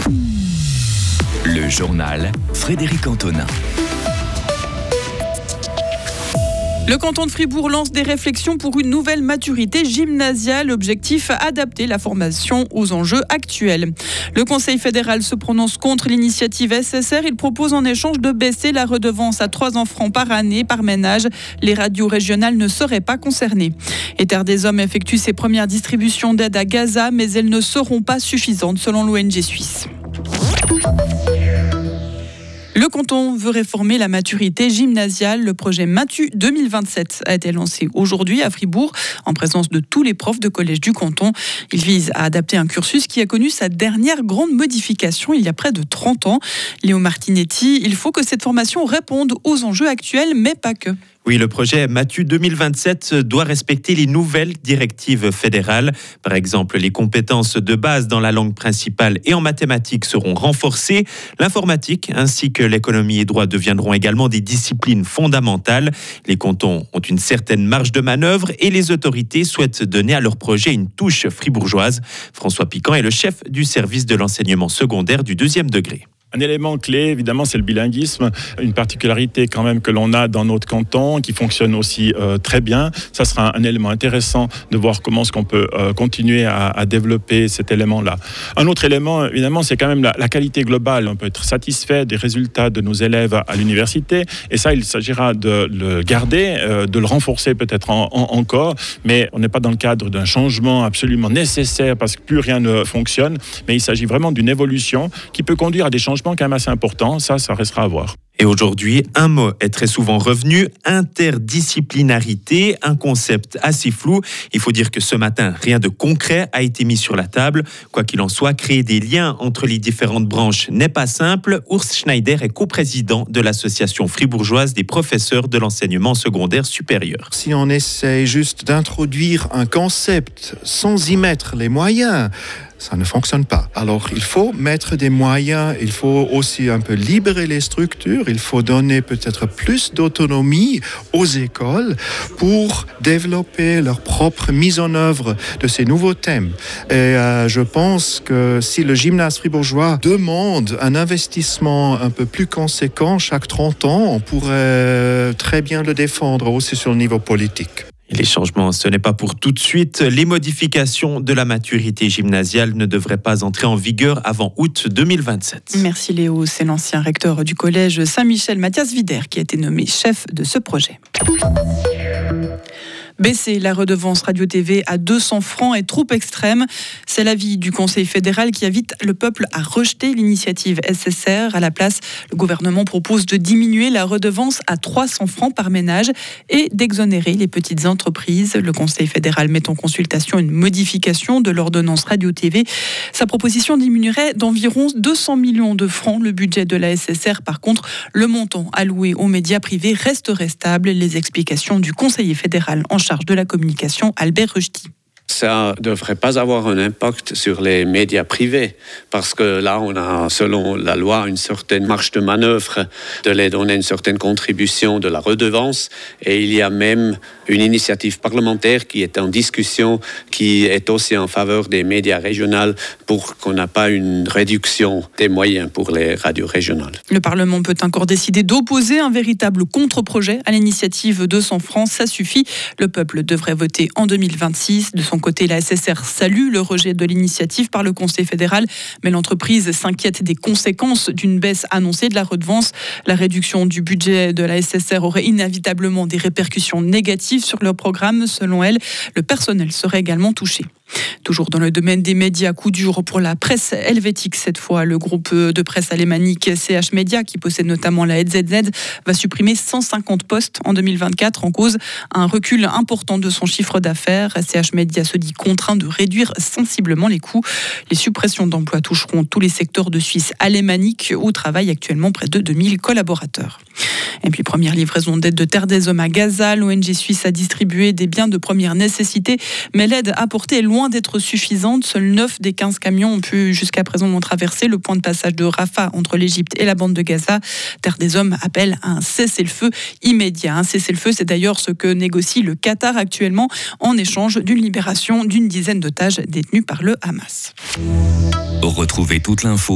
Le journal Frédéric Antonin. Le canton de Fribourg lance des réflexions pour une nouvelle maturité gymnasiale. Objectif, adapter la formation aux enjeux actuels. Le Conseil fédéral se prononce contre l'initiative SSR. Il propose en échange de baisser la redevance à 300 francs par année par ménage. Les radios régionales ne seraient pas concernées. Et Terre des Hommes effectue ses premières distributions d'aide à Gaza, mais elles ne seront pas suffisantes selon l'ONG suisse. Le canton veut réformer la maturité gymnasiale. Le projet Matu 2027 a été lancé aujourd'hui à Fribourg en présence de tous les profs de collège du canton. Il vise à adapter un cursus qui a connu sa dernière grande modification il y a près de 30 ans. Léo Martinetti, il faut que cette formation réponde aux enjeux actuels, mais pas que. Oui, le projet Matu 2027 doit respecter les nouvelles directives fédérales. Par exemple, les compétences de base dans la langue principale et en mathématiques seront renforcées. L'informatique ainsi que l'économie et droit deviendront également des disciplines fondamentales. Les cantons ont une certaine marge de manœuvre et les autorités souhaitent donner à leur projet une touche fribourgeoise. François Piquant est le chef du service de l'enseignement secondaire du 2e degré. Un élément clé, évidemment, c'est le bilinguisme. Une particularité quand même que l'on a dans notre canton, qui fonctionne aussi très bien. Ça sera un élément intéressant de voir comment est-ce qu'on peut continuer à développer cet élément-là. Un autre élément, évidemment, c'est quand même la qualité globale. On peut être satisfait des résultats de nos élèves à l'université. Et ça, il s'agira de le garder, de le renforcer peut-être encore. Mais on n'est pas dans le cadre d'un changement absolument nécessaire parce que plus rien ne fonctionne. Mais il s'agit vraiment d'une évolution qui peut conduire à des changements quand même assez important, ça restera à voir. Et aujourd'hui, un mot est très souvent revenu, interdisciplinarité, un concept assez flou. Il faut dire que ce matin, rien de concret a été mis sur la table. Quoi qu'il en soit, créer des liens entre les différentes branches n'est pas simple. Urs Schneider est coprésident de l'association fribourgeoise des professeurs de l'enseignement secondaire supérieur. Si on essaie juste d'introduire un concept sans y mettre les moyens, ça ne fonctionne pas. Alors, il faut mettre des moyens, il faut aussi un peu libérer les structures, il faut donner peut-être plus d'autonomie aux écoles pour développer leur propre mise en œuvre de ces nouveaux thèmes. Et je pense que si le gymnase fribourgeois demande un investissement un peu plus conséquent chaque 30 ans, on pourrait très bien le défendre aussi sur le niveau politique. Et les changements, ce n'est pas pour tout de suite. Les modifications de la maturité gymnasiale ne devraient pas entrer en vigueur avant août 2027. Merci Léo, c'est l'ancien recteur du collège Saint-Michel, Mathias Wider, qui a été nommé chef de ce projet. Baisser la redevance radio-TV à 200 francs est trop extrême. C'est l'avis du Conseil fédéral qui invite le peuple à rejeter l'initiative SSR. À la place, le gouvernement propose de diminuer la redevance à 300 francs par ménage et d'exonérer les petites entreprises. Le Conseil fédéral met en consultation une modification de l'ordonnance radio-TV. Sa proposition diminuerait d'environ 200 millions de francs le budget de la SSR. Par contre, le montant alloué aux médias privés resterait stable. Les explications du conseiller fédéral en charge de la communication, Albert Rechti. Ça ne devrait pas avoir un impact sur les médias privés, parce que là, on a, selon la loi, une certaine marge de manœuvre de les donner une certaine contribution de la redevance, et il y a même une initiative parlementaire qui est en discussion, qui est aussi en faveur des médias régionaux pour qu'on n'ait pas une réduction des moyens pour les radios régionales. Le Parlement peut encore décider d'opposer un véritable contre-projet à l'initiative 200 francs. Ça suffit. Le peuple devrait voter en 2026. De son côté, la SSR salue le rejet de l'initiative par le Conseil fédéral, mais l'entreprise s'inquiète des conséquences d'une baisse annoncée de la redevance. La réduction du budget de la SSR aurait inévitablement des répercussions négatives sur leur programme. Selon elle, le personnel serait également touché. Toujours dans le domaine des médias, coup dur pour la presse helvétique cette fois. Le groupe de presse alémanique CH Media, qui possède notamment la HZZ, va supprimer 150 postes en 2024 en cause un recul important de son chiffre d'affaires. CH Media se dit contraint de réduire sensiblement les coûts. Les suppressions d'emplois toucheront tous les secteurs de Suisse alémanique où travaillent actuellement près de 2000 collaborateurs. Et puis, première livraison d'aide de Terre des Hommes à Gaza. L'ONG suisse a distribué des biens de première nécessité, mais l'aide apportée est loin d'être suffisante. Seuls 9 des 15 camions ont pu jusqu'à présent traverser le point de passage de Rafah entre l'Égypte et la bande de Gaza. Terre des Hommes appelle à un cessez-le-feu immédiat. Un cessez-le-feu, c'est d'ailleurs ce que négocie le Qatar actuellement en échange d'une libération d'une dizaine d'otages détenus par le Hamas. Retrouvez toute l'info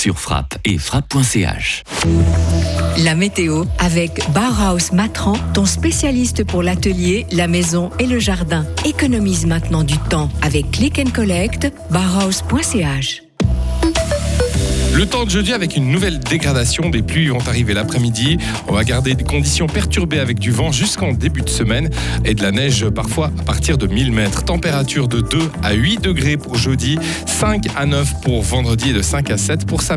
sur Frappe et frappe.ch. La météo avec Bauhaus Matran, ton spécialiste pour l'atelier, la maison et le jardin. Économise maintenant du temps avec Click & Collect, bauhaus.ch. Le temps de jeudi avec une nouvelle dégradation. Des pluies vont arriver l'après-midi. On va garder des conditions perturbées avec du vent jusqu'en début de semaine et de la neige parfois à partir de 1000 mètres. Température de 2 à 8 degrés pour jeudi, 5 à 9 pour vendredi et de 5 à 7 pour samedi.